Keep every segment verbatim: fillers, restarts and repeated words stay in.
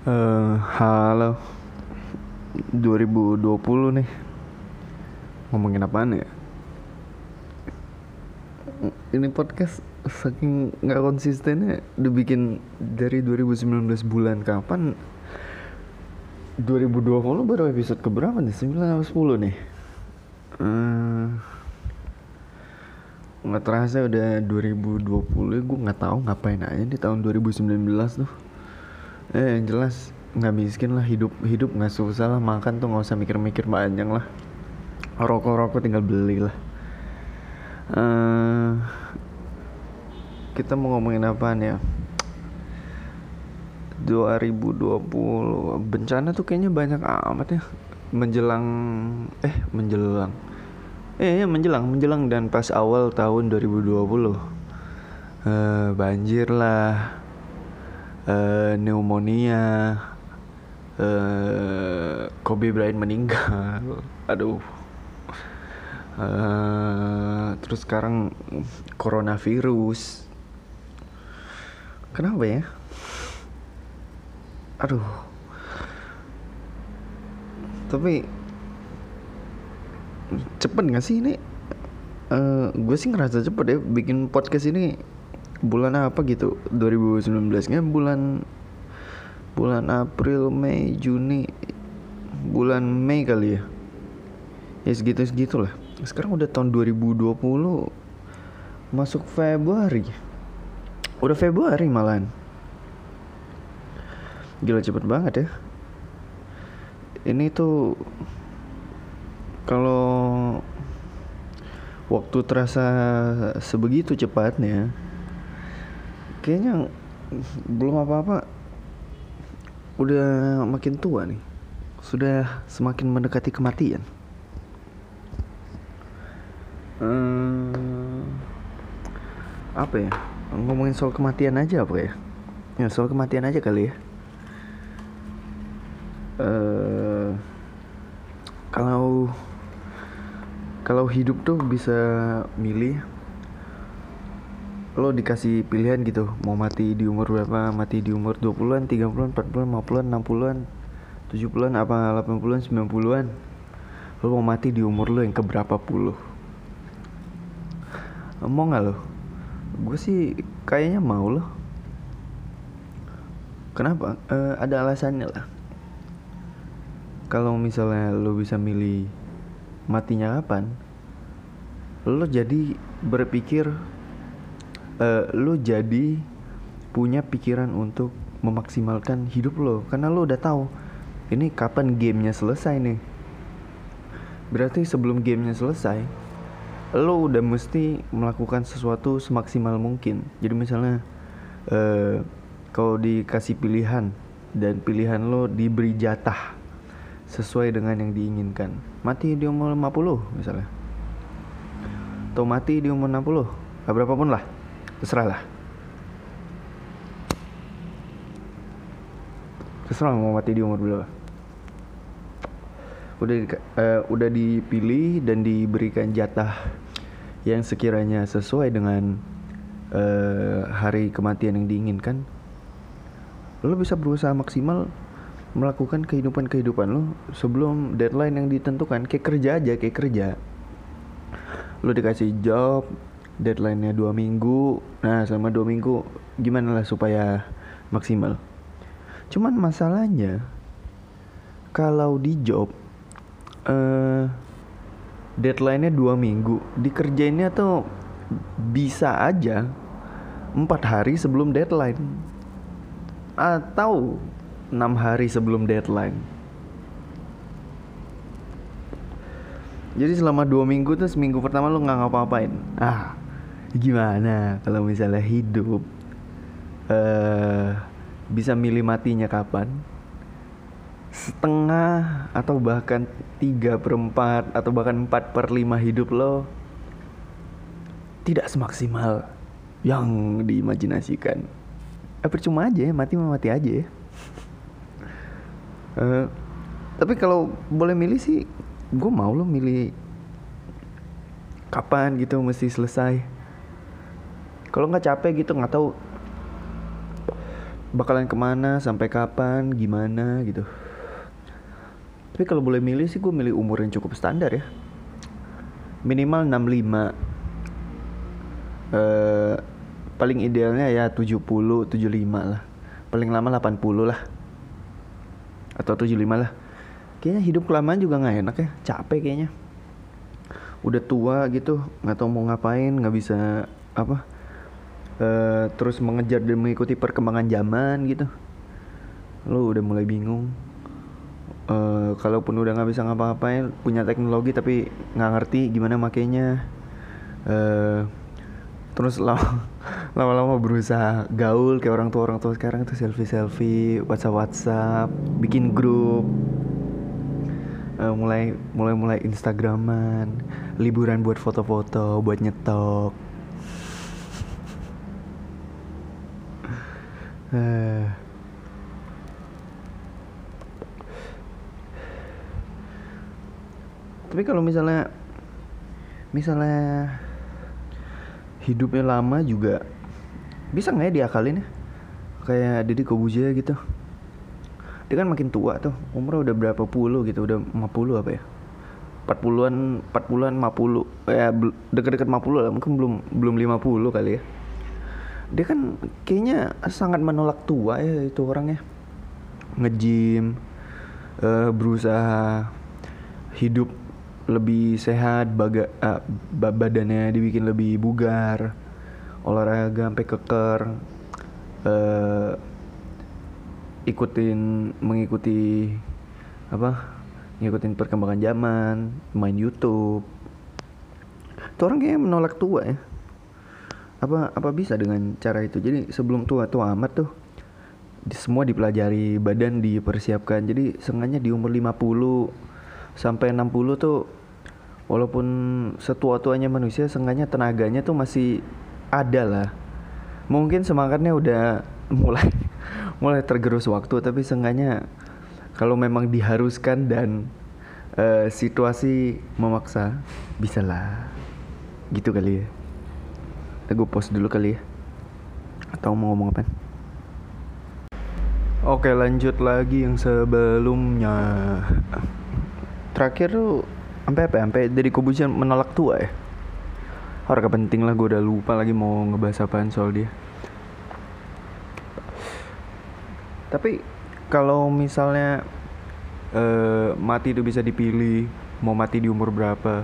Eh, halo, dua ribu dua puluh nih. Ngomongin apaan ya? Ini podcast saking nggak konsistennya dibikin dari dua ribu sembilan belas bulan kapan? dua ribu dua puluh baru episode keberapa nih? sembilan atau sepuluh nih? Eh, nggak terasa udah dua ribu dua puluh. Gue nggak tahu ngapain aja di tahun dua ribu sembilan belas tuh. Eh, yang jelas nggak miskin lah, hidup hidup nggak susah lah, makan tuh nggak usah mikir-mikir panjang lah, rokok-rokok tinggal beli lah. Eh, kita mau ngomongin apaan ya? dua ribu dua puluh bencana tuh kayaknya banyak amat ya, menjelang eh menjelang eh ya menjelang menjelang dan pas awal tahun dua ribu dua puluh. Eh, banjir lah, eh, pneumonia, eh, Kobe Bryant meninggal. Aduh. Eh, terus sekarang coronavirus. Kenapa ya? Aduh. Tapi cepet gak sih ini? Uh, gue sih ngerasa cepet ya bikin podcast ini. Bulan apa gitu? dua ribu sembilan belas nya bulan bulan April, Mei, Juni. Bulan Mei kali ya. Ya segitu-segitu lah. Sekarang udah tahun dua ribu dua puluh, masuk Februari. Udah Februari malahan. Gila cepet banget ya. Ini tuh kalau waktu terasa sebegitu cepatnya, kayaknya belum apa-apa udah makin tua nih. Sudah semakin mendekati kematian. Hmm, apa ya? Ngomongin soal kematian aja apa ya? Ya soal kematian aja kali ya. Uh, kalau kalau hidup tuh bisa milih, lo dikasih pilihan gitu, mau mati di umur berapa? Mati di umur dua puluhan, tiga puluhan, empat puluhan, lima puluhan, enam puluhan, tujuh puluhan, apa delapan puluhan, sembilan puluhan. Lo mau mati di umur lo yang keberapa puluh? Mau gak lo? Gue sih kayaknya mau loh. Kenapa? Uh, ada alasannya lah. Kalau misalnya lo bisa milih matinya kapan, lo jadi berpikir, uh, lo jadi punya pikiran untuk memaksimalkan hidup lo, karena lo udah tahu ini kapan gamenya selesai nih. Berarti sebelum gamenya selesai, lo udah mesti melakukan sesuatu semaksimal mungkin. Jadi misalnya uh, kalau dikasih pilihan dan pilihan lo diberi jatah sesuai dengan yang diinginkan, mati di umur lima puluh misalnya, atau mati di umur enam puluh, berapapun lah, terserah lah. Terserah mau mati di umur berapa. Udah uh, udah dipilih dan diberikan jatah yang sekiranya sesuai dengan uh, hari kematian yang diinginkan. Lo bisa berusaha maksimal melakukan kehidupan-kehidupan lo sebelum deadline yang ditentukan. Kayak kerja aja, kayak kerja. Lo dikasih job, deadline-nya dua minggu. Nah, selama dua minggu gimana lah supaya maksimal. Cuman masalahnya, kalau di job uh, deadline-nya dua minggu, dikerjainnya tuh bisa aja empat hari sebelum deadline, atau enam hari sebelum deadline. Jadi selama dua minggu tuh, seminggu pertama lu gak ngapa-ngapain. Ah, gimana kalau misalnya hidup uh, bisa milih matinya kapan? Setengah atau bahkan tiga per empat atau bahkan empat per lima hidup lo tidak semaksimal yang diimajinasikan. Eh, percuma aja ya, mati mati aja ya. Uh, tapi kalau boleh milih sih, gue mau lo milih kapan gitu mesti selesai. Kalau nggak capek gitu, nggak tahu bakalan kemana, sampai kapan, gimana gitu. Tapi kalau boleh milih sih gue milih umur yang cukup standar ya. Minimal enam puluh lima. eh, Paling idealnya ya tujuh puluh, tujuh puluh lima lah. Paling lama delapan puluh lah. Atau tujuh puluh lima lah. Kayaknya hidup kelamaan juga gak enak ya. Capek kayaknya. Udah tua gitu, gak tahu mau ngapain, gak bisa apa uh, terus mengejar dan mengikuti perkembangan zaman gitu. Lo udah mulai bingung. Uh, kalaupun udah nggak bisa ngapa-ngapain, punya teknologi tapi nggak ngerti gimana makainya, uh, terus lama, lama-lama berusaha gaul kayak orang tua orang tua sekarang tuh, selfie selfie, WhatsApp WhatsApp, bikin grup, uh, mulai mulai mulai Instagraman, liburan buat foto-foto, buat nyetok. uh, Tapi kalau misalnya misalnya hidupnya lama juga bisa nggak ya diakalin ya? Kayak Deddy Corbuzier gitu. Dia kan makin tua tuh, umurnya udah berapa puluh gitu, udah lima puluh apa ya? empat puluhan, empat puluhan, lima puluh. Ya deket-deket lima puluh lah, mungkin belum belum lima puluh kali ya. Dia kan kayaknya sangat menolak tua ya itu orangnya. Nge-gym, uh, berusaha hidup lebih sehat, baga, uh, badannya dibikin lebih bugar, olahraga sampai keker, uh, ikutin mengikuti apa ngikutin perkembangan zaman, main YouTube. Itu orang kayaknya menolak tua ya. Apa apa bisa dengan cara itu? Jadi sebelum tua-tua amat tuh di, semua dipelajari, badan dipersiapkan. Jadi seenggaknya di umur lima puluh sampai enam puluh tuh, walaupun setua-tuanya manusia, seenggaknya tenaganya tuh masih ada lah. Mungkin semangatnya udah mulai mulai tergerus waktu, tapi seenggaknya kalau memang diharuskan dan uh, situasi memaksa, bisa lah. Gitu kali ya. Gue pause dulu kali ya. Atau mau ngomong apa? Oke, lanjut lagi yang sebelumnya. Terakhir tuh sampai apa? Sampai Deddy Corbuzier menolak tua ya. Harga penting lah, gue udah lupa lagi mau ngebahas apaan soal dia. Tapi kalau misalnya uh, mati itu bisa dipilih, mau mati di umur berapa?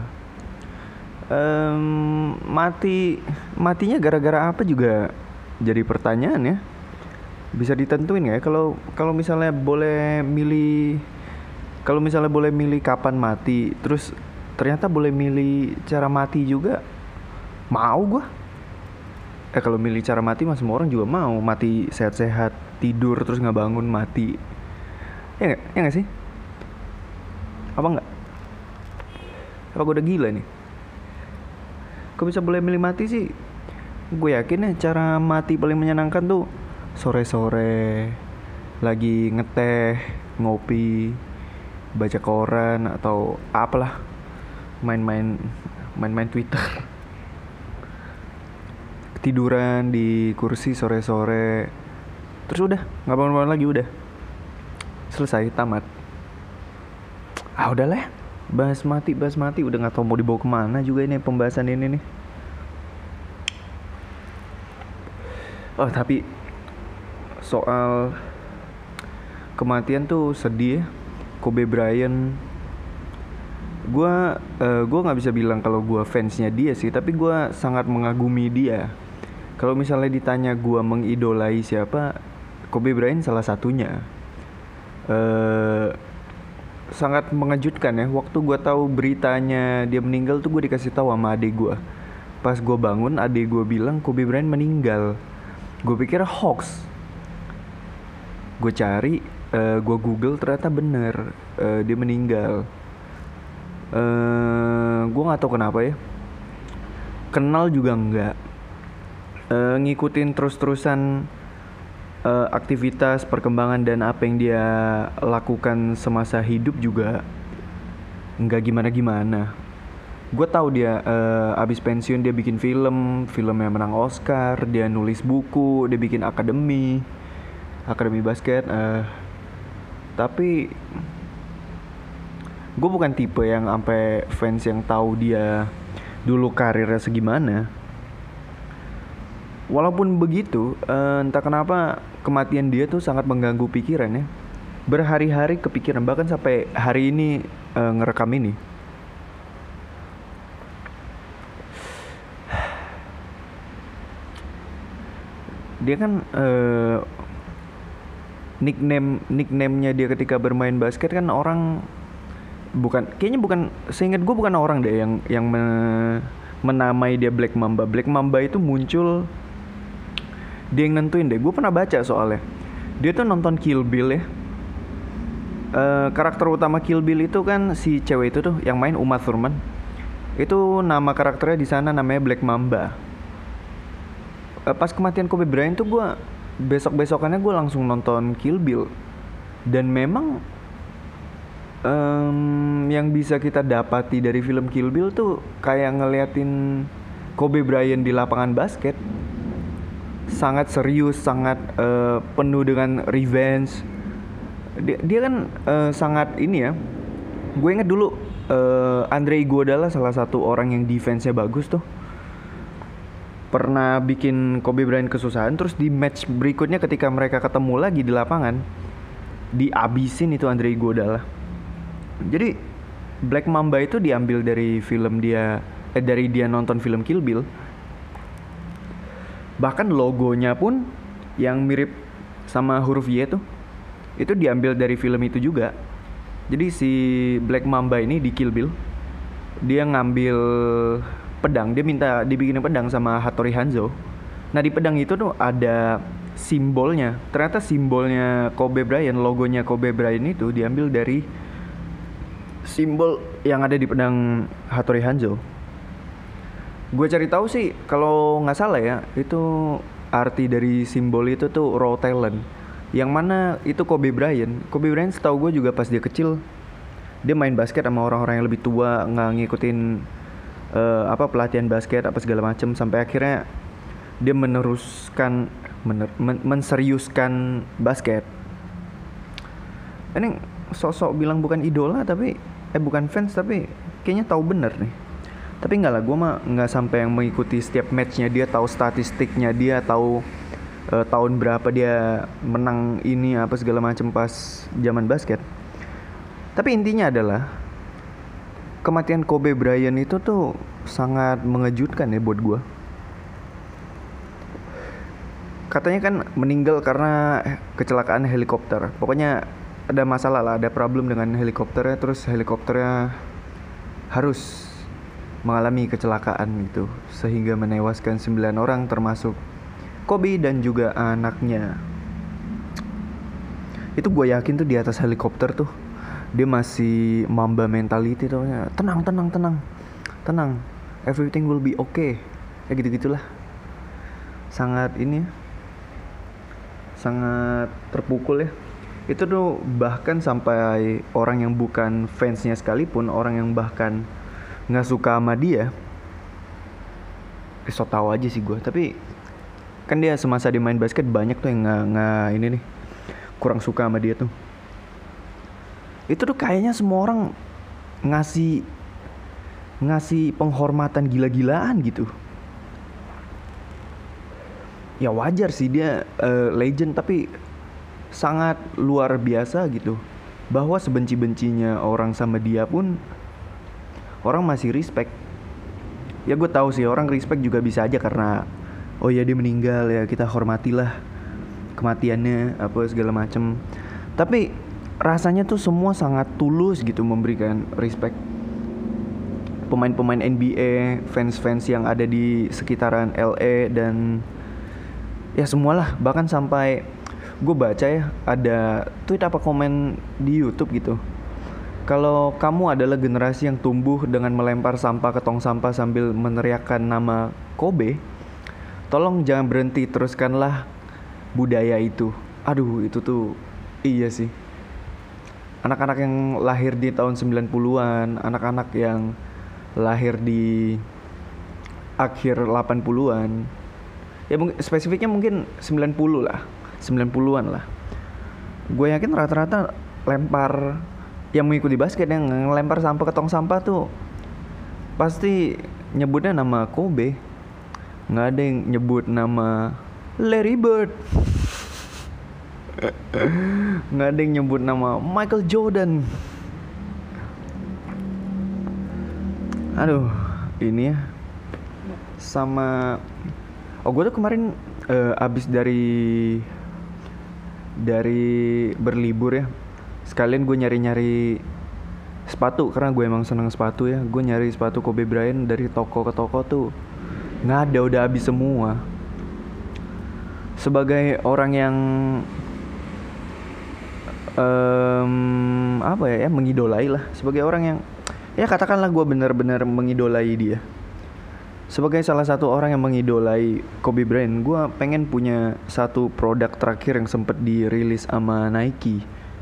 Um, mati matinya gara-gara apa juga jadi pertanyaan ya. Bisa ditentuin nggak ya? Kalau kalau misalnya boleh milih. Kalau misalnya boleh milih kapan mati, terus ternyata boleh milih cara mati juga, mau gue. Eh kalau milih cara mati mah semua orang juga mau, mati sehat-sehat, tidur terus nggak bangun mati. Ya nggak, ya nggak sih? Apa nggak? Apa gue udah gila nih? Kok bisa boleh milih mati sih? Gue yakin ya cara mati paling menyenangkan tuh sore-sore, lagi ngeteh, ngopi, baca koran atau apalah, main-main main-main Twitter, tiduran di kursi sore-sore, terus udah nggak bangun-bangun lagi, udah selesai, tamat. Ah udahlah, bahas mati bahas mati udah nggak tahu mau dibawa kemana juga ini pembahasan ini nih. Oh tapi soal kematian tuh sedih ya. Kobe Bryant, gue uh, gue nggak bisa bilang kalau gue fansnya dia sih, tapi gue sangat mengagumi dia. Kalau misalnya ditanya gue mengidolai siapa, Kobe Bryant salah satunya. Uh, sangat mengejutkan ya. Waktu gue tahu beritanya dia meninggal tuh, gue dikasih tahu sama adik gue. Pas gue bangun, adik gue bilang Kobe Bryant meninggal. Gue pikir hoax. Gue cari. Uh, gue google, ternyata bener, uh, dia meninggal. uh, Gue gak tahu kenapa ya, kenal juga enggak, uh, ngikutin terus-terusan uh, aktivitas, perkembangan dan apa yang dia lakukan semasa hidup juga enggak gimana-gimana. Gue tahu dia uh, abis pensiun dia bikin film, filmnya menang Oscar, dia nulis buku, dia bikin akademi. akademi basket. Uh, tapi gue bukan tipe yang sampai fans yang tahu dia dulu karirnya segimana. Walaupun begitu, uh, entah kenapa kematian dia tuh sangat mengganggu pikirannya. Berhari-hari kepikiran, bahkan sampai hari ini uh, ngerekam ini. Dia kan uh, nickname nickname-nya dia ketika bermain basket kan orang bukan kayaknya bukan seingat gue bukan orang deh yang yang me, menamai dia Black Mamba. Black Mamba itu muncul dia yang nentuin deh. Gue pernah baca soalnya. Dia tuh nonton Kill Bill ya. Uh, karakter utama Kill Bill itu kan si cewek itu tuh yang main Uma Thurman. Itu nama karakternya di sana namanya Black Mamba. Uh, pas kematian Kobe Bryant tuh gue besok-besokannya gue langsung nonton Kill Bill. Dan memang um, yang bisa kita dapati dari film Kill Bill tuh kayak ngeliatin Kobe Bryant di lapangan basket. Sangat serius, sangat uh, penuh dengan revenge. Dia, dia kan uh, sangat ini ya. Gue inget dulu uh, Andre Iguodala salah satu orang yang defense-nya bagus tuh. Pernah bikin Kobe Bryant kesusahan. Terus di match berikutnya ketika mereka ketemu lagi di lapangan, diabisin itu Andre Iguodala. Jadi Black Mamba itu diambil dari film dia eh, dari dia nonton film Kill Bill. Bahkan logonya pun yang mirip sama huruf Y tuh, itu diambil dari film itu juga. Jadi si Black Mamba ini di Kill Bill, dia ngambil pedang, dia minta dibikinin pedang sama Hattori Hanzo. Nah di pedang itu tuh ada simbolnya. Ternyata simbolnya Kobe Bryant, logonya Kobe Bryant itu diambil dari simbol yang ada di pedang Hattori Hanzo. Gue cari tahu sih, kalau nggak salah ya, itu arti dari simbol itu tuh raw talent. Yang mana itu Kobe Bryant. Kobe Bryant setahu gue juga pas dia kecil, dia main basket sama orang-orang yang lebih tua, nggak ngikutin Uh, apa pelatihan basket apa segala macam, sampai akhirnya dia meneruskan mener, men, menseriuskan basket. Ini sosok bilang bukan idola tapi eh bukan fans tapi kayaknya tahu bener nih. Tapi enggak lah, gue mah nggak sampai yang mengikuti setiap matchnya dia, tahu statistiknya dia, tahu uh, tahun berapa dia menang ini apa segala macam pas zaman basket. Tapi intinya adalah kematian Kobe Bryant itu tuh sangat mengejutkan ya buat gue. Katanya kan meninggal karena kecelakaan helikopter. Pokoknya ada masalah lah, ada problem dengan helikopternya. Terus helikopternya harus mengalami kecelakaan gitu, sehingga menewaskan sembilan orang termasuk Kobe dan juga anaknya. Itu gue yakin tuh di atas helikopter tuh dia masih Mamba mentality tuh, tenang tenang tenang tenang, everything will be okay, ya gitu gitulah. Sangat ini, sangat terpukul ya. Itu tuh bahkan sampai orang yang bukan fansnya sekalipun, orang yang bahkan nggak suka sama dia, eh, so tau aja sih gue. Tapi kan dia semasa dia main basket banyak tuh yang nggak nggak ini nih kurang suka sama dia tuh. Itu tuh kayaknya semua orang ngasih ngasih penghormatan gila-gilaan gitu. Ya wajar sih dia uh, legend, tapi sangat luar biasa gitu. Bahwa sebenci-bencinya orang sama dia pun orang masih respect. Ya gue tahu sih orang respect juga bisa aja karena oh ya dia meninggal ya, kita hormatilah kematiannya apa segala macem. Tapi rasanya tuh semua sangat tulus gitu memberikan respect. Pemain-pemain N B A, fans-fans yang ada di sekitaran L A dan ya semualah. Bahkan sampai gue baca ya ada tweet apa komen di YouTube gitu. Kalau kamu adalah generasi yang tumbuh dengan melempar sampah ke tong sampah sambil meneriakkan nama Kobe, tolong jangan berhenti, teruskanlah budaya itu. Aduh itu tuh iya sih. Anak-anak yang lahir di tahun sembilan puluhan, anak-anak yang lahir di akhir delapan puluhan. Ya mungkin spesifiknya mungkin sembilan puluh lah, sembilan puluhan lah. Gue yakin rata-rata lempar yang mengikuti basket yang ngelempar sampah ke tong sampah tuh pasti nyebutnya nama Kobe. Nggak ada yang nyebut nama Larry Bird. Nggak ada yang nyebut nama Michael Jordan. Aduh, ini ya. Sama oh gue tuh kemarin uh, abis dari dari berlibur ya, sekalian gue nyari-nyari sepatu karena gue emang seneng sepatu ya. Gue nyari sepatu Kobe Bryant dari toko ke toko tuh nggak ada, udah habis semua. Sebagai orang yang um, apa ya, ya mengidolai lah, sebagai orang yang ya katakanlah gue benar-benar mengidolai dia. Sebagai salah satu orang yang mengidolai Kobe Bryant, gue pengen punya satu produk terakhir yang sempet dirilis sama Nike,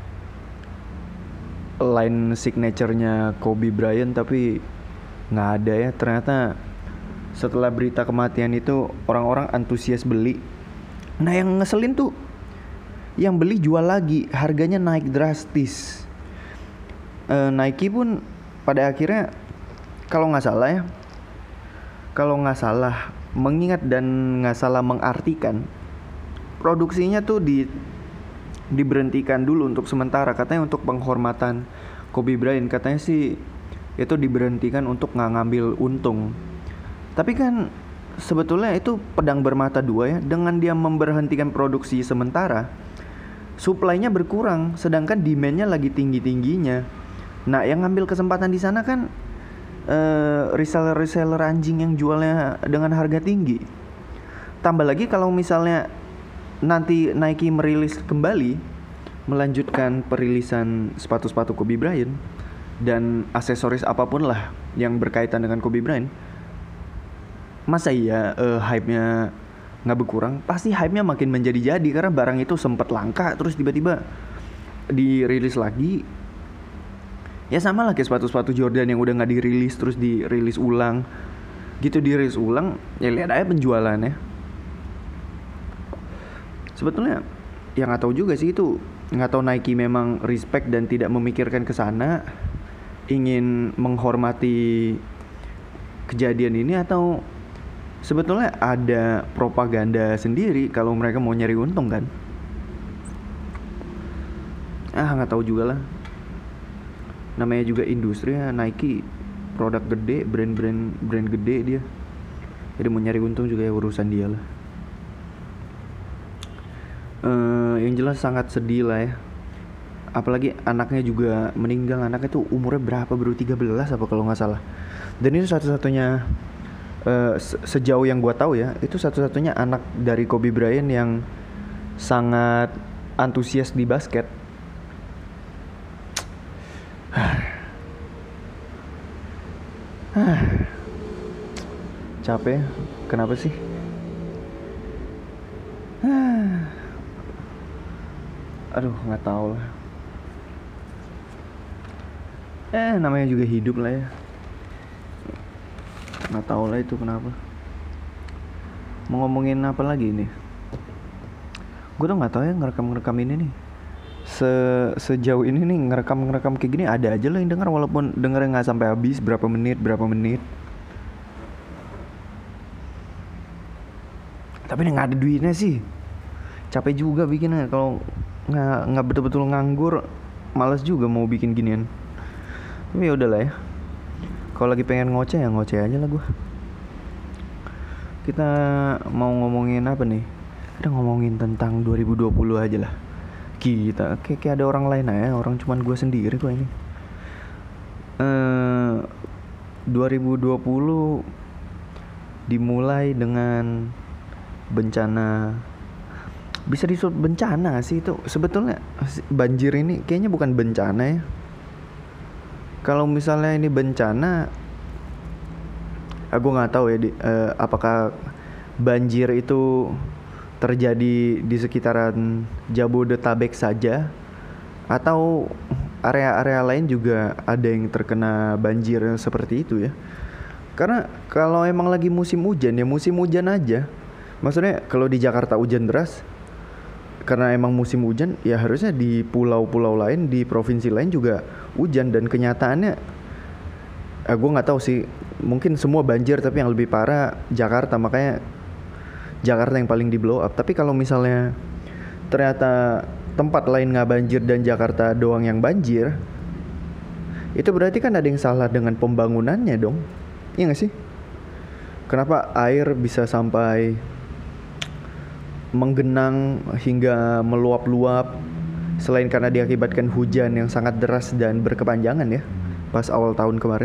line signature-nya Kobe Bryant, tapi nggak ada ya. Ternyata setelah berita kematian itu orang-orang antusias beli. Nah yang ngeselin tuh, yang beli jual lagi, harganya naik drastis. E, Nike pun pada akhirnya kalau nggak salah ya, kalau nggak salah mengingat dan nggak salah mengartikan, produksinya tuh di diberhentikan dulu untuk sementara, katanya untuk penghormatan Kobe Bryant. Katanya sih itu diberhentikan untuk nggak ngambil untung. Tapi kan sebetulnya itu pedang bermata dua ya. Dengan dia memberhentikan produksi sementara, supply-nya berkurang, sedangkan demand-nya lagi tinggi-tingginya. Nah yang ngambil kesempatan di sana kan Uh, reseller-reseller anjing yang jualnya dengan harga tinggi. Tambah lagi kalau misalnya nanti Nike merilis kembali, melanjutkan perilisan sepatu-sepatu Kobe Bryant dan aksesoris apapun lah yang berkaitan dengan Kobe Bryant, masa iya uh, hype-nya nggak berkurang? Pasti hype-nya makin menjadi-jadi karena barang itu sempat langka terus tiba-tiba dirilis lagi. Ya sama lah kayak sepatu-sepatu Jordan yang udah gak dirilis terus dirilis ulang gitu, dirilis ulang, ya lihat aja penjualannya. Sebetulnya ya gak tahu juga sih, itu gak tahu Nike memang respect dan tidak memikirkan ke sana, ingin menghormati kejadian ini, atau sebetulnya ada propaganda sendiri kalau mereka mau nyari untung kan. Ah gak tahu juga lah. Namanya juga industri ya, Nike produk gede, brand-brand brand gede dia. Jadi mau nyari untung juga ya urusan dia lah. Uh, yang jelas sangat sedih lah ya. Apalagi anaknya juga meninggal. Anaknya tuh umurnya berapa, baru tiga belas apa kalau nggak salah. Dan itu satu-satunya uh, sejauh yang gue tahu ya, itu satu-satunya anak dari Kobe Bryant yang sangat antusias di basket. Capek, kenapa sih? Aduh, nggak tahu lah. Eh, namanya juga hidup lah ya. Nggak tahu lah itu kenapa. Mau ngomongin apa lagi nih? Gue tuh nggak tahu ya ngerekam-ngerekam ini nih. Se sejauh ini nih ngerekam-ngerekam kayak gini ada aja lah yang denger, walaupun dengernya nggak sampai habis, berapa menit berapa menit. Tapi nggak ada duitnya sih, capek juga bikinnya. Kalau nggak nggak betul-betul nganggur, malas juga mau bikin ginian. Tapi ya udahlah ya. Kalau lagi pengen ngoceh ya ngoceh aja lah gue. Kita mau ngomongin apa nih? Kita ngomongin tentang dua ribu dua puluh aja lah. Kita kayak, kayak ada orang lain aja, orang cuman gue sendiri kok ini. Uh, dua ribu dua puluh dimulai dengan bencana. Bisa disebut bencana sih itu. Sebetulnya banjir ini kayaknya bukan bencana ya. Kalau misalnya ini bencana, aku nggak tahu ya di, uh, apakah banjir itu terjadi di sekitaran Jabodetabek saja atau area-area lain juga ada yang terkena banjir seperti itu ya. Karena kalau emang lagi musim hujan ya musim hujan aja. Maksudnya kalau di Jakarta hujan deras, karena emang musim hujan, ya harusnya di pulau-pulau lain, di provinsi lain juga hujan. Dan kenyataannya, eh, gue nggak tahu sih, mungkin semua banjir, tapi yang lebih parah Jakarta, makanya Jakarta yang paling di blow up. Tapi kalau misalnya ternyata tempat lain nggak banjir dan Jakarta doang yang banjir, itu berarti kan ada yang salah dengan pembangunannya dong, iya nggak sih? Kenapa air bisa sampai menggenang hingga meluap-luap, selain karena diakibatkan hujan yang sangat deras dan berkepanjangan ya pas awal tahun kemarin.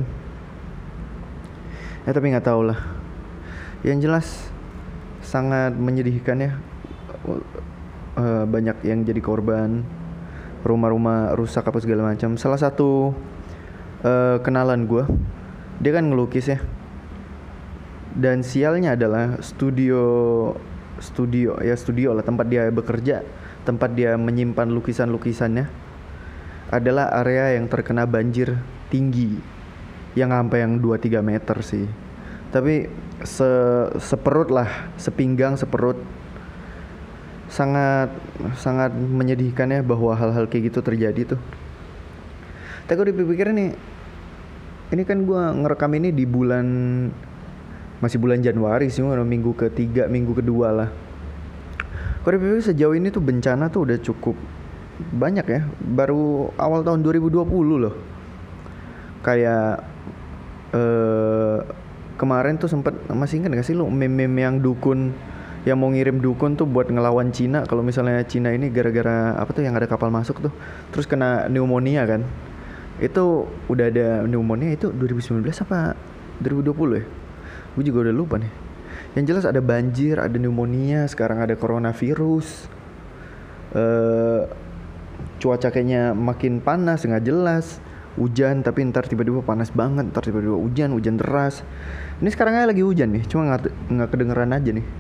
Ya tapi nggak tahu lah. Yang jelas sangat menyedihkan ya. Uh, banyak yang jadi korban, rumah-rumah rusak apa segala macam. Salah satu uh, kenalan gue, dia kan ngelukis ya. Dan sialnya adalah studio studio ya studio lah tempat dia bekerja, tempat dia menyimpan lukisan-lukisannya adalah area yang terkena banjir tinggi yang sampai yang dua tiga meter sih. Tapi se seperut lah, sepinggang, seperut. Sangat sangat menyedihkan ya bahwa hal-hal kayak gitu terjadi tuh. Tapi gue dipikir nih, ini kan gue ngerekam ini di bulan, masih bulan Januari sih, minggu ketiga, minggu kedua lah. Kalau dipikir sejauh ini tuh bencana tuh udah cukup banyak ya. Baru awal tahun dua ribu dua puluh loh. Kayak eh, kemarin tuh sempet, masih ingat gak sih lu meme-meme yang dukun yang mau ngirim dukun tuh buat ngelawan Cina. Kalau misalnya Cina ini gara-gara apa tuh yang ada kapal masuk tuh terus kena pneumonia kan. Itu udah ada pneumonia itu dua ribu sembilan belas apa dua ribu dua puluh ya? Gue juga udah lupa nih. Yang jelas ada banjir, ada pneumonia, sekarang ada coronavirus. Uh, cuaca kayaknya makin panas, nggak jelas. Hujan, tapi ntar tiba-tiba panas banget, ntar tiba-tiba hujan, hujan deras. Ini sekarang lagi hujan nih, cuma nggak nggak kedengeran aja nih.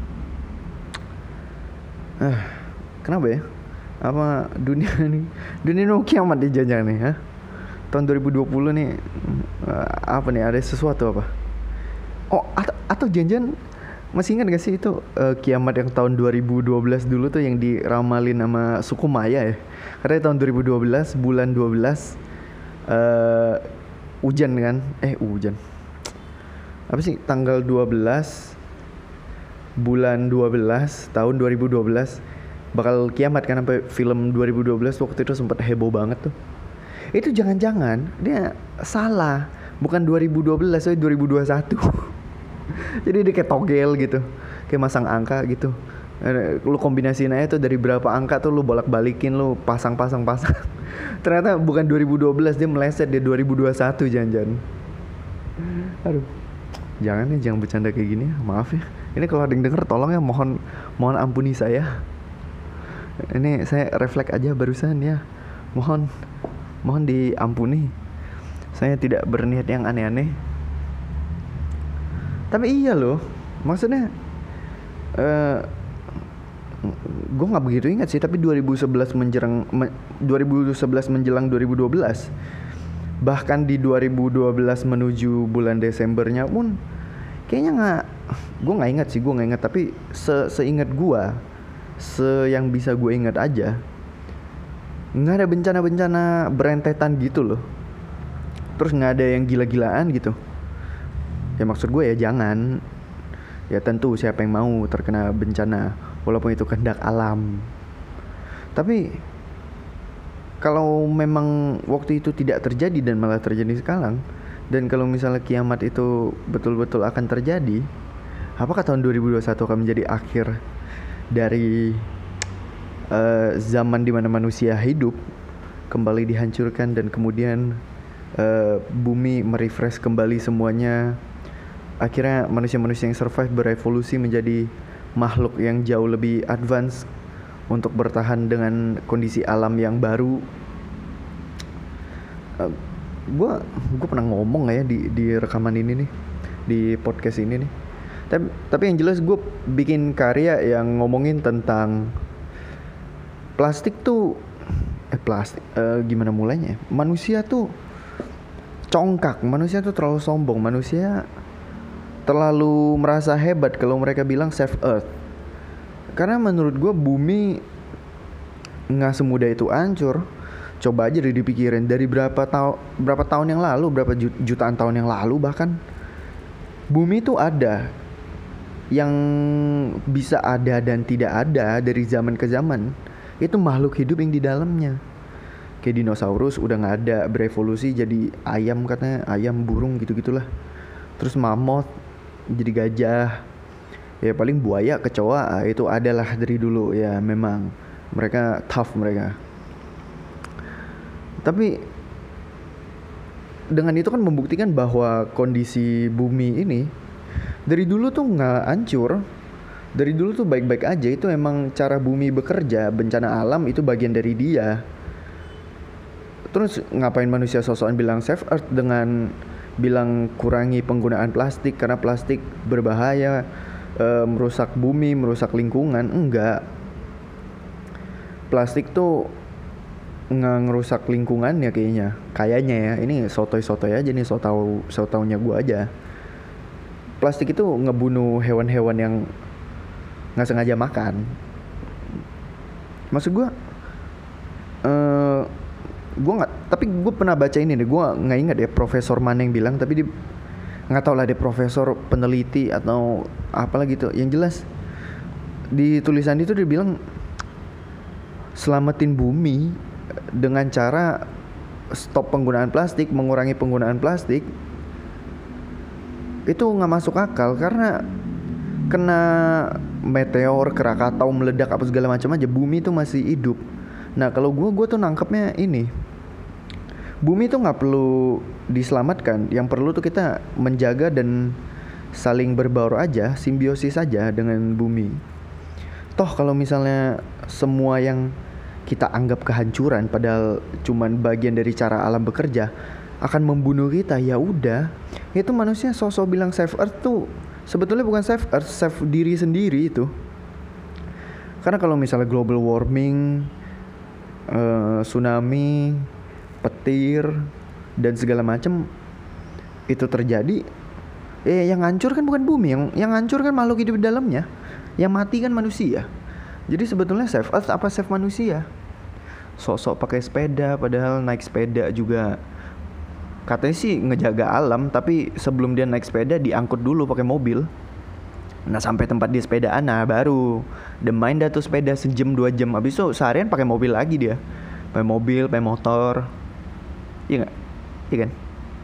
Ah, kenapa ya? Apa dunia nih? Dunia ini kiamat di jangan nih, ha? Tahun dua ribu dua puluh nih, uh, apa nih? Ada sesuatu apa? Oh, atau, atau jangan-jangan masih ingat gak sih itu uh, kiamat yang tahun dua ribu dua belas dulu tuh yang diramalin sama suku Maya ya. Karena tahun dua ribu dua belas bulan dua belas uh, hujan kan? Eh hujan. Apa sih tanggal dua belas bulan dua belas tahun dua ribu dua belas bakal kiamat kan, sampai film dua ribu dua belas waktu itu sempat heboh banget tuh. Itu jangan-jangan dia salah, bukan dua ribu dua belas tapi dua ribu dua puluh satu. Jadi dia kayak togel gitu, kayak masang angka gitu. Lu kombinasiin aja tuh dari berapa angka tuh lu bolak-balikin, lu pasang-pasang-pasang. Ternyata bukan dua ribu dua belas, dia meleset, dia dua ribu dua puluh satu jangan-jangan. Aduh. Jangan ya, jangan bercanda kayak gini ya. Maaf ya. Ini kalau ada yang denger tolong ya, mohon mohon ampuni saya. Ini saya refleks aja barusan ya. Mohon mohon diampuni. Saya tidak berniat yang aneh-aneh. Tapi iya loh, maksudnya uh, gue nggak begitu ingat sih, tapi dua ribu sebelas menjelang me, dua ribu sebelas menjelang dua ribu dua belas, bahkan di dua ribu dua belas menuju bulan Desembernya pun kayaknya nggak, gue nggak ingat sih, gue nggak ingat, tapi se seingat gue, se yang bisa gue ingat aja, nggak ada bencana-bencana berentetan gitu loh, terus nggak ada yang gila-gilaan gitu. Ya maksud gue ya jangan, ya tentu siapa yang mau terkena bencana walaupun itu kehendak alam. Tapi kalau memang waktu itu tidak terjadi dan malah terjadi sekarang, dan kalau misalnya kiamat itu betul-betul akan terjadi, apakah tahun dua ribu dua puluh satu akan menjadi akhir dari uh, zaman di mana manusia hidup kembali dihancurkan dan kemudian uh, bumi merefresh kembali semuanya? Akhirnya manusia-manusia yang survive berevolusi menjadi makhluk yang jauh lebih advance untuk bertahan dengan kondisi alam yang baru. Uh, gue gue pernah ngomong gak ya di di rekaman ini nih, di podcast ini nih. Tapi tapi yang jelas gue bikin karya yang ngomongin tentang plastik tuh, eh plastik, uh, gimana mulainya? Manusia tuh congkak, manusia tuh terlalu sombong, manusia terlalu merasa hebat kalau mereka bilang save earth. Karena menurut gue bumi nggak semudah itu hancur. Coba aja deh dipikirin dari berapa tahun berapa tahun yang lalu, berapa jutaan tahun yang lalu bahkan, bumi itu ada, yang bisa ada dan tidak ada dari zaman ke zaman. Itu makhluk hidup yang di dalamnya. Kayak dinosaurus udah nggak ada, berevolusi jadi ayam katanya, ayam burung gitu-gitulah. Terus mammoth jadi gajah. Ya paling buaya, kecoa itu adalah dari dulu ya, memang mereka tough mereka. Tapi dengan itu kan membuktikan bahwa kondisi bumi ini dari dulu tuh nggak hancur, dari dulu tuh baik-baik aja. Itu emang cara bumi bekerja, bencana alam itu bagian dari dia. Terus ngapain manusia sosokan bilang save earth dengan bilang kurangi penggunaan plastik karena plastik berbahaya, e, merusak bumi, merusak lingkungan? Enggak. Plastik tuh nggak ngerusak lingkungan ya kayaknya. Kayaknya ya, ini sotoy-sotoy aja nih, sotau sotaunya gue aja. Plastik itu ngebunuh hewan-hewan yang nggak sengaja makan. Maksud gue, uh, gue nggak. Tapi gue pernah baca ini deh. Gue nggak ingat ya profesor mana yang bilang. Tapi dia nggak tahu lah, dia profesor peneliti atau apalah gitu. Yang jelas di tulisan itu dia bilang selamatin bumi dengan cara stop penggunaan plastik, mengurangi penggunaan plastik. Itu nggak masuk akal karena kena meteor, Krakatau meledak apa segala macam aja, bumi itu masih hidup. Nah kalau gue gue tuh nangkepnya ini, bumi itu nggak perlu diselamatkan, yang perlu tuh kita menjaga dan saling berbaur aja, simbiosis aja dengan bumi. Toh kalau misalnya semua yang kita anggap kehancuran padahal cuman bagian dari cara alam bekerja akan membunuh kita, ya udah. Itu manusia sosok bilang save earth tuh sebetulnya bukan save earth, save diri sendiri itu. Karena kalau misalnya global warming, uh, tsunami, petir dan segala macam itu terjadi, eh yang hancur kan bukan bumi, yang yang hancur kan makhluk hidup di dalamnya. Yang mati kan manusia. Jadi sebetulnya save earth apa save manusia? Sok-sok pakai sepeda padahal naik sepeda juga katanya sih ngejaga alam, tapi sebelum dia naik sepeda diangkut dulu pakai mobil. Nah sampai tempat dia sepedaan, nah baru demain dah tuh sepeda sejam dua jam. Abis itu seharian pakai mobil lagi dia, pakai mobil, pakai motor. Iya nggak? Iya kan?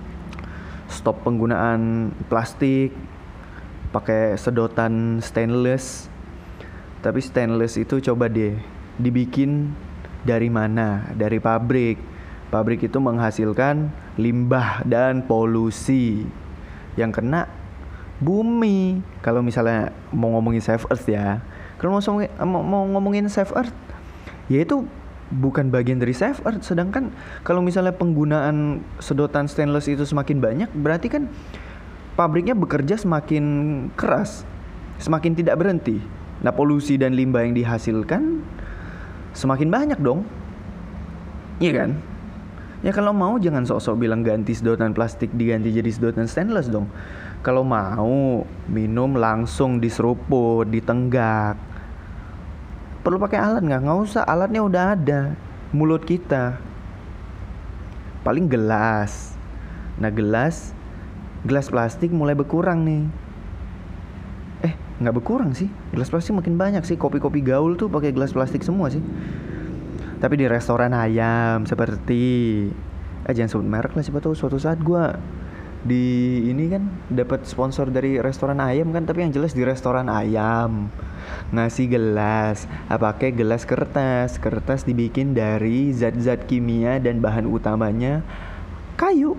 Stop penggunaan plastik, pakai sedotan stainless. Tapi stainless itu coba deh dibikin dari mana? Dari pabrik. Pabrik itu menghasilkan limbah dan polusi yang kena bumi. Kalau misalnya mau ngomongin save earth ya, kalau mau, mau, mau ngomongin save earth, ya itu bukan bagian dari save earth. Sedangkan kalau misalnya penggunaan sedotan stainless itu semakin banyak, berarti kan pabriknya bekerja semakin keras, semakin tidak berhenti. Nah polusi dan limbah yang dihasilkan semakin banyak dong. Iya kan? Ya kalau mau jangan sok-sok bilang ganti sedotan plastik diganti jadi sedotan stainless dong. Kalau mau minum langsung diseruput, ditenggak. Perlu pakai alat nggak? Nggak usah, alatnya udah ada. Mulut kita. Paling gelas. Nah gelas, gelas plastik mulai berkurang nih. Eh nggak berkurang sih, gelas plastik makin banyak sih. Kopi-kopi gaul tuh pakai gelas plastik semua sih. Tapi di restoran ayam seperti, eh jangan sebut merek lah, siapa tahu suatu saat gue di ini kan dapat sponsor dari restoran ayam kan. Tapi yang jelas di restoran ayam ngasih gelas, apa pakai gelas kertas. Kertas dibikin dari zat-zat kimia dan bahan utamanya kayu.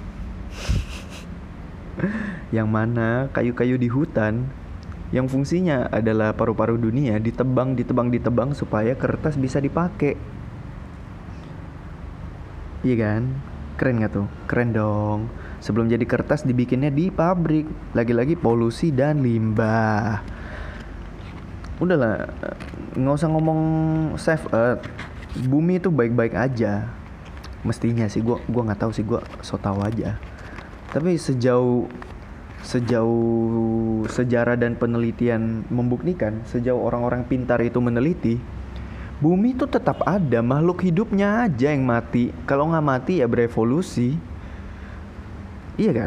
Yang mana kayu-kayu di hutan yang fungsinya adalah paru-paru dunia ditebang, ditebang, ditebang supaya kertas bisa dipakai. Iya kan? Keren gak tuh? Keren dong. Sebelum jadi kertas dibikinnya di pabrik. Lagi-lagi polusi dan limbah. Udahlah, gak usah ngomong save earth. Bumi itu baik-baik aja. Mestinya sih, gue gua gak tahu sih, gue so tau aja. Tapi sejauh Sejauh sejarah dan penelitian membuktikan, sejauh orang-orang pintar itu meneliti, Bumi tuh tetap ada, makhluk hidupnya aja yang mati. Kalau nggak mati ya berevolusi. Iya kan?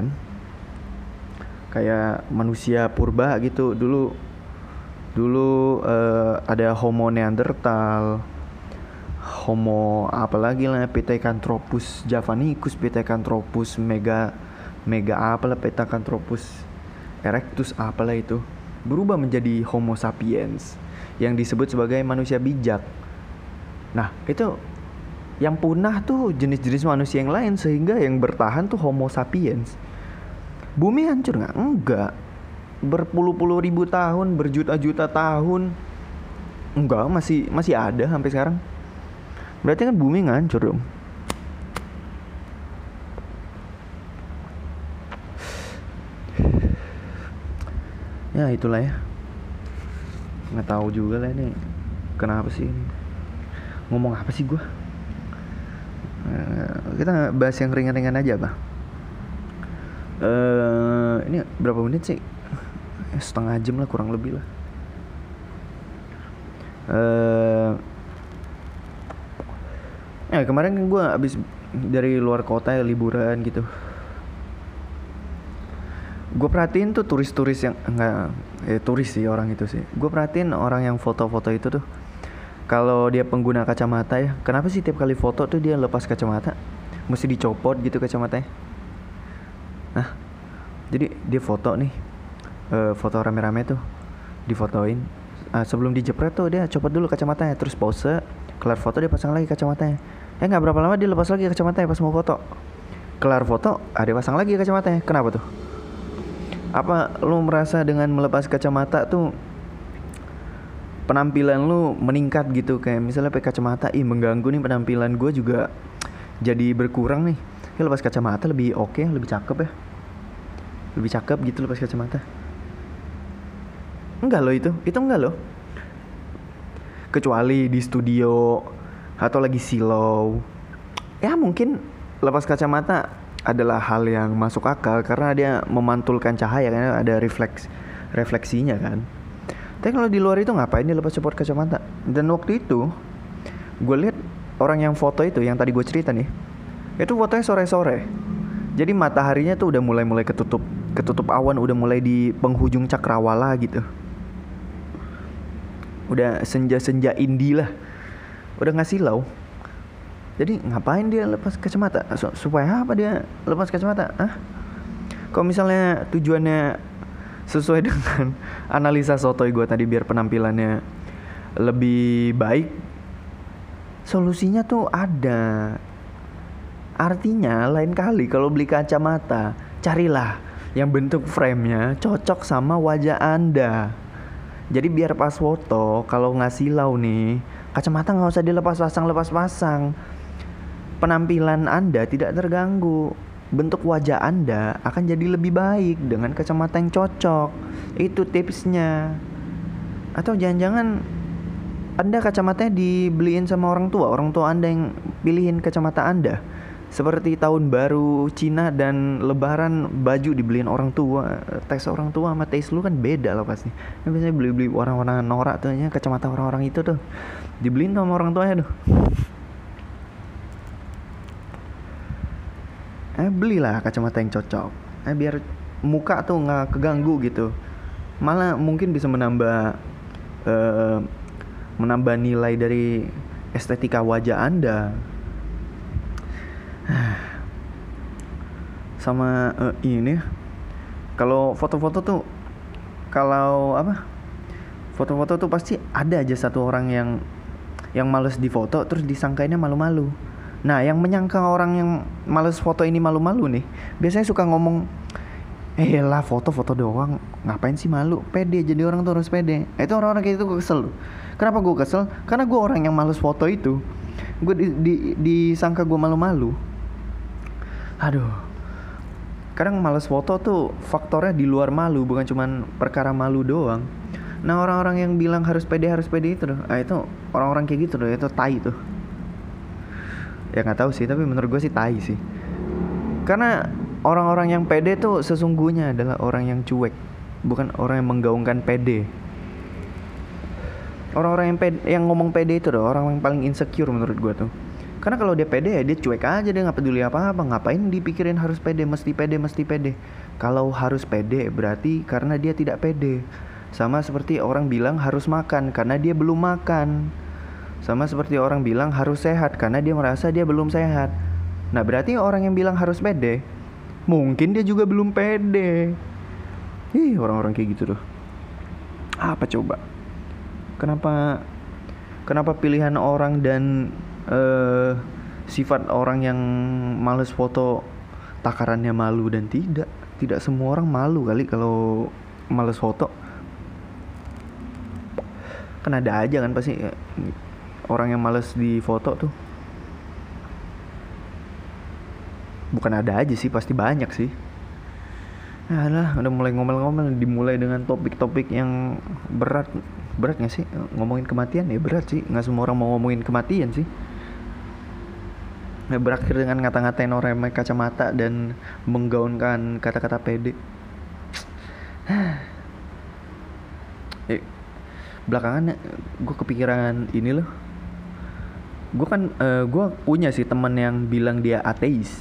Kayak manusia purba gitu. Dulu dulu uh, ada Homo Neanderthal, Homo apalagi lah, Pithecanthropus javanicus, Pithecanthropus mega mega apalah, Pithecanthropus erectus apalah itu. Berubah menjadi Homo sapiens yang disebut sebagai manusia bijak. Nah, itu yang punah tuh jenis-jenis manusia yang lain, sehingga yang bertahan tuh Homo sapiens. Bumi hancur nggak? Enggak. Berpuluh-puluh ribu tahun, berjuta-juta tahun. Enggak, masih masih ada sampai sekarang. Berarti kan bumi nggak hancur dong. Ya itulah ya. Nggak tahu juga lah ini kenapa sih ini. Ngomong apa sih gue? Uh, kita bahas yang ringan-ringan aja, Pak. Uh, ini berapa menit sih? Setengah jam lah kurang lebih lah. Uh, ya kemarin kan gue abis dari luar kota ya, liburan gitu. Gue perhatiin tuh turis-turis yang enggak, eh turis sih orang itu sih. Gue perhatiin orang yang foto-foto itu tuh, kalau dia pengguna kacamata ya, kenapa sih tiap kali foto tuh dia lepas kacamata? Mesti dicopot gitu kacamatanya. Nah, jadi dia foto nih, uh, foto rame-rame tuh, difotoin. Uh, sebelum dijepret tuh dia copot dulu kacamatanya, terus pose, kelar foto dia pasang lagi kacamatanya. Eh nggak berapa lama dia lepas lagi kacamatanya pas mau foto. Kelar foto, ah dia pasang lagi kacamatanya. Kenapa tuh? Apa lu merasa dengan melepas kacamata tuh penampilan lu meningkat gitu? Kayak misalnya pakai kacamata, ih mengganggu nih penampilan gue juga jadi berkurang nih. Ya lepas kacamata lebih oke, okay, lebih cakep ya. Lebih cakep gitu lepas kacamata. Enggak loh itu, itu enggak loh. Kecuali di studio atau lagi silau. Ya mungkin lepas kacamata adalah hal yang masuk akal karena dia memantulkan cahaya, karena ada refleks refleksinya kan. Tapi kalau di luar itu ngapain dia lepas copot kacamata? Dan waktu itu gue lihat orang yang foto itu yang tadi gue cerita nih, itu fotonya sore-sore. Jadi mataharinya tuh udah mulai-mulai ketutup, ketutup awan, udah mulai di penghujung cakrawala gitu. Udah senja-senja indie lah. Udah nggak silau. Jadi ngapain dia lepas kacamata? Supaya apa dia lepas kacamata? Hah? Kalau misalnya tujuannya sesuai dengan analisa sotoy gue tadi biar penampilannya lebih baik, solusinya tuh ada. Artinya lain kali kalau beli kacamata, carilah yang bentuk frame-nya cocok sama wajah Anda. Jadi biar pas foto kalau nggak silau nih, kacamata nggak usah dilepas pasang lepas pasang. Penampilan Anda tidak terganggu. Bentuk wajah Anda akan jadi lebih baik dengan kacamata yang cocok. Itu tipsnya. Atau jangan-jangan Anda kacamatanya dibeliin sama orang tua, orang tua Anda yang pilihin kacamata Anda. Seperti tahun baru Cina dan lebaran baju dibeliin orang tua. Tes orang tua sama tes lu kan beda lah pasti. Nah, biasanya beli-beli orang-orang norak tuh nya kacamata orang-orang itu tuh dibeliin sama orang tuanya tuh. Eh belilah kacamata yang cocok. Eh biar muka tuh nggak keganggu gitu. Malah mungkin bisa menambah uh, menambah nilai dari estetika wajah Anda. Sama uh, ini kalau foto-foto tuh, kalau apa? Foto-foto tuh pasti ada aja satu orang yang yang males difoto terus disangkainnya malu-malu. Nah, yang menyangka orang yang males foto ini malu-malu nih, biasanya suka ngomong, eh lah foto-foto doang, ngapain sih malu? Pede, jadi orang tuh harus pede. Itu orang-orang kayak itu gue kesel. Kenapa gue kesel? Karena gue orang yang males foto itu, gue di, di, disangka gue malu-malu. Aduh, kadang males foto tuh faktornya di luar malu, bukan cuman perkara malu doang. Nah, orang-orang yang bilang harus pede, harus pede itu loh, ah, itu orang-orang kayak gitu loh, itu tai tuh. Ya nggak tahu sih, tapi menurut gue sih tai sih. Karena orang-orang yang pede tuh sesungguhnya adalah orang yang cuek, bukan orang yang menggaungkan pede. Orang-orang yang pede, yang ngomong pede itu loh, orang yang paling insecure menurut gue tuh. Karena kalau dia pede ya dia cuek aja, dia nggak peduli apa-apa. Ngapain dipikirin harus pede, mesti pede, mesti pede. Kalau harus pede berarti karena dia tidak pede. Sama seperti orang bilang harus makan karena dia belum makan. Sama seperti orang bilang harus sehat karena dia merasa dia belum sehat. Nah berarti orang yang bilang harus pede, mungkin dia juga belum pede. Ih, orang-orang kayak gitu tuh. Apa coba? Kenapa Kenapa pilihan orang dan uh, sifat orang yang males foto takarannya malu dan tidak? Tidak semua orang malu kali kalau males foto. Kan ada aja kan pasti orang yang males di foto tuh. Bukan ada aja sih, pasti banyak sih. Nah lah, udah mulai ngomel-ngomel, dimulai dengan topik-topik yang berat. Berat gak sih? Ngomongin kematian ya berat sih. Gak semua orang mau ngomongin kematian sih. Nah, berakhir dengan ngata-ngatain orang yang pakai kacamata dan menggaunkan kata-kata pede. eh, Belakangan gue kepikiran ini loh. Gue kan, uh, gue punya sih teman yang bilang dia ateis.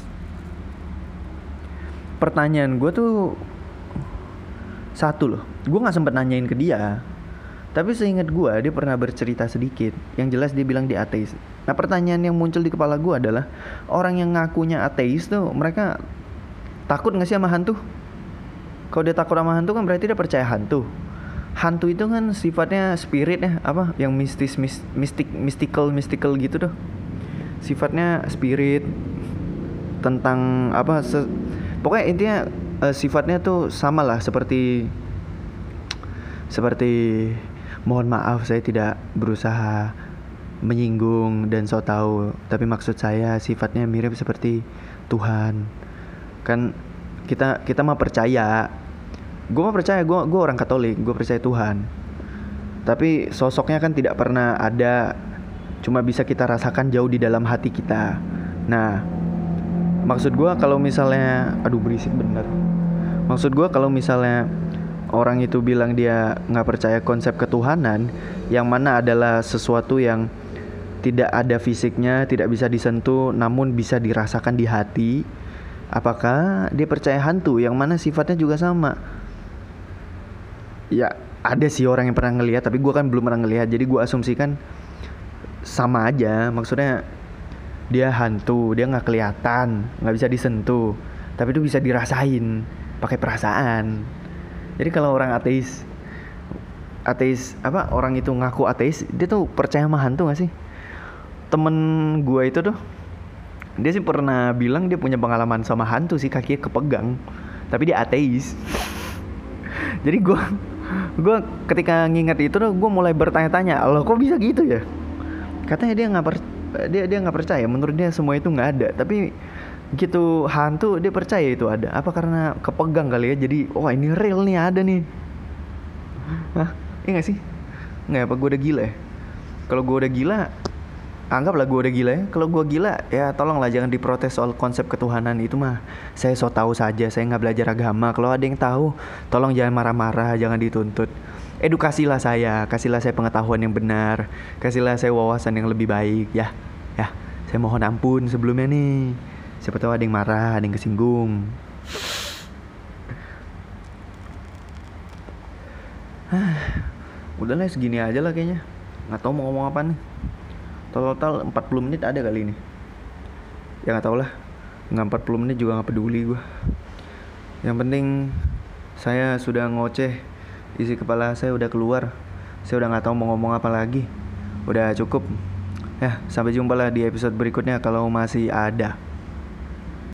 Pertanyaan gue tuh satu loh, gue nggak sempet nanyain ke dia, tapi seingat gue dia pernah bercerita sedikit. Yang jelas dia bilang dia ateis. Nah pertanyaan yang muncul di kepala gue adalah, orang yang ngakunya ateis tuh mereka takut nggak sih sama hantu? Kalau dia takut sama hantu kan berarti dia percaya hantu. Hantu itu kan sifatnya spirit ya, apa yang mistis, mis, mistik, mystical, mystical gitu tuh. Sifatnya spirit, tentang apa? Se- pokoknya intinya uh, sifatnya tuh sama lah seperti seperti mohon maaf saya tidak berusaha menyinggung dan so tahu, tapi maksud saya sifatnya mirip seperti Tuhan. Kan kita kita mah percaya. Gue mah percaya, gue gue orang Katolik, gue percaya Tuhan. Tapi sosoknya kan tidak pernah ada, cuma bisa kita rasakan jauh di dalam hati kita. Nah, maksud gue kalau misalnya, aduh berisik bener. Maksud gue kalau misalnya orang itu bilang dia nggak percaya konsep ketuhanan, yang mana adalah sesuatu yang tidak ada fisiknya, tidak bisa disentuh, namun bisa dirasakan di hati. Apakah dia percaya hantu, yang mana sifatnya juga sama? Ya ada sih orang yang pernah ngelihat, tapi gue kan belum pernah ngelihat, jadi gue asumsikan sama aja. Maksudnya dia hantu, dia nggak kelihatan, nggak bisa disentuh, tapi itu bisa dirasain pakai perasaan. Jadi kalau orang ateis, ateis apa orang itu ngaku ateis, dia tuh percaya sama hantu nggak sih? Temen gue itu tuh, dia sih pernah bilang dia punya pengalaman sama hantu sih, kakinya kepegang, tapi dia ateis. Jadi gue gue ketika nginget itu tuh gue mulai bertanya-tanya, loh kok bisa gitu ya? Katanya dia nggak per, dia dia nggak percaya, menurut dia semua itu nggak ada, tapi gitu hantu dia percaya itu ada. Apa karena kepegang kali ya? Jadi wah oh, ini real nih, ada nih. Hah? Iya nggak sih? Nggak, apa gue udah gila ya? Kalau gue udah gila, anggaplah gue udah gila ya. Kalau gue gila ya tolonglah jangan diprotes soal konsep ketuhanan itu mah. Saya so tahu saja, saya nggak belajar agama. Kalau ada yang tahu, tolong jangan marah-marah, jangan dituntut. Edukasilah saya, kasihlah saya pengetahuan yang benar, kasihlah saya wawasan yang lebih baik ya. Ya, saya mohon ampun sebelumnya nih. Siapa tahu ada yang marah, ada yang kesinggung. Udahlah segini aja lah kayaknya. Nggak tahu mau ngomong apa nih. Total empat puluh menit ada kali ini. Ya gak tau lah, nggak empat puluh menit juga gak peduli gue. Yang penting saya sudah ngoceh, isi kepala saya udah keluar. Saya udah gak tahu mau ngomong apa lagi. Udah cukup. Ya sampai jumpa lah di episode berikutnya kalau masih ada.